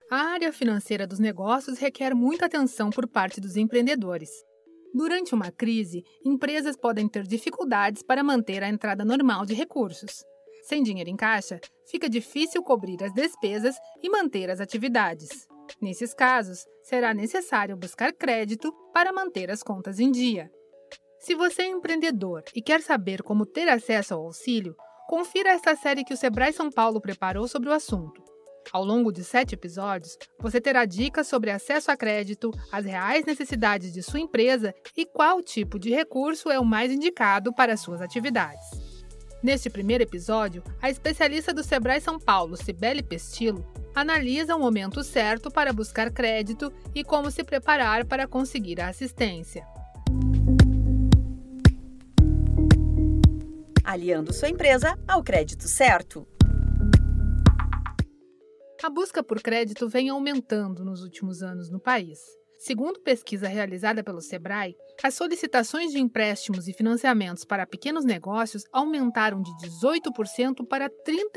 A área financeira dos negócios requer muita atenção por parte dos empreendedores. Durante uma crise, empresas podem ter dificuldades para manter a entrada normal de recursos. Sem dinheiro em caixa, fica difícil cobrir as despesas e manter as atividades. Nesses casos, será necessário buscar crédito para manter as contas em dia. Se você é empreendedor e quer saber como ter acesso ao auxílio, confira esta série que o Sebrae São Paulo preparou sobre o assunto. Ao longo de 7 episódios, você terá dicas sobre acesso a crédito, as reais necessidades de sua empresa e qual tipo de recurso é o mais indicado para suas atividades. Neste primeiro episódio, a especialista do Sebrae São Paulo, Cibele Pestillo, analisa o momento certo para buscar crédito e como se preparar para conseguir a assistência. Aliando sua empresa ao crédito certo. A busca por crédito vem aumentando nos últimos anos no país. Segundo pesquisa realizada pelo Sebrae, as solicitações de empréstimos e financiamentos para pequenos negócios aumentaram de 18% para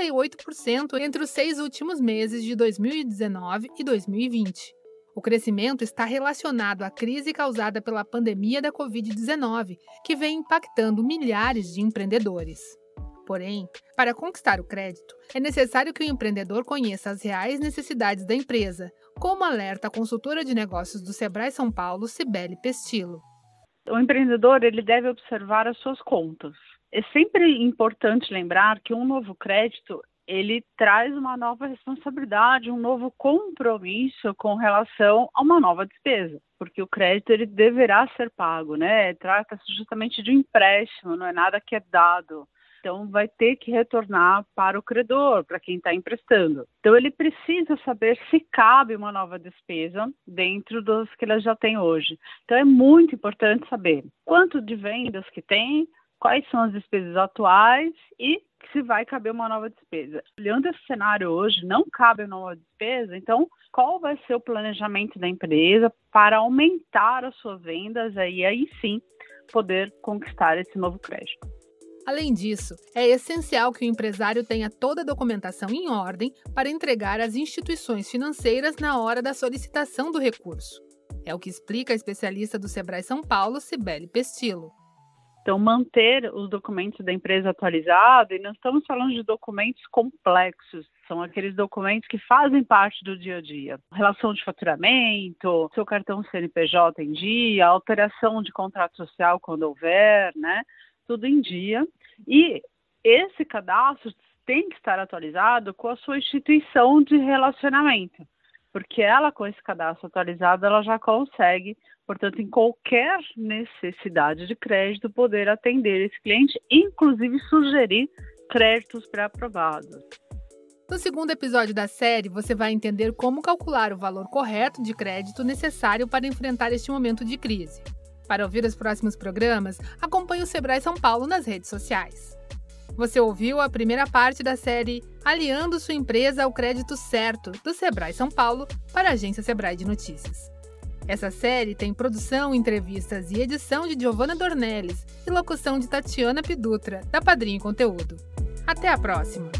38% entre os 6 últimos meses de 2019 e 2020. O crescimento está relacionado à crise causada pela pandemia da Covid-19, que vem impactando milhares de empreendedores. Porém, para conquistar o crédito, é necessário que o empreendedor conheça as reais necessidades da empresa, como alerta a consultora de negócios do Sebrae São Paulo, Cibele Pestillo. O empreendedor ele deve observar as suas contas. É sempre importante lembrar que um novo crédito ele traz uma nova responsabilidade, um novo compromisso com relação a uma nova despesa, porque o crédito ele deverá ser pago, né? Trata-se justamente de um empréstimo, não é nada que é dado. Então, vai ter que retornar para o credor, para quem está emprestando. Então, ele precisa saber se cabe uma nova despesa dentro dos que ele já tem hoje. Então, é muito importante saber quanto de vendas que tem, quais são as despesas atuais e se vai caber uma nova despesa. Olhando esse cenário hoje, não cabe uma nova despesa, então, qual vai ser o planejamento da empresa para aumentar as suas vendas e aí sim poder conquistar esse novo crédito? Além disso, é essencial que o empresário tenha toda a documentação em ordem para entregar às instituições financeiras na hora da solicitação do recurso. É o que explica a especialista do Sebrae São Paulo, Cibele Pestillo. Então, manter os documentos da empresa atualizados, e nós estamos falando de documentos complexos, são aqueles documentos que fazem parte do dia a dia. Relação de faturamento, seu cartão CNPJ em dia, alteração de contrato social quando houver, né? Tudo em dia, e esse cadastro tem que estar atualizado com a sua instituição de relacionamento, porque ela, com esse cadastro atualizado, ela já consegue, portanto, em qualquer necessidade de crédito, poder atender esse cliente, inclusive sugerir créditos pré-aprovados. No segundo episódio da série, você vai entender como calcular o valor correto de crédito necessário para enfrentar este momento de crise. Para ouvir os próximos programas, acompanhe o Sebrae São Paulo nas redes sociais. Você ouviu a primeira parte da série Aliando sua empresa ao crédito certo, do Sebrae São Paulo, para a agência Sebrae de Notícias. Essa série tem produção, entrevistas e edição de Giovanna Dornelles e locução de Tatiana Pidutra, da Padrinho Conteúdo. Até a próxima!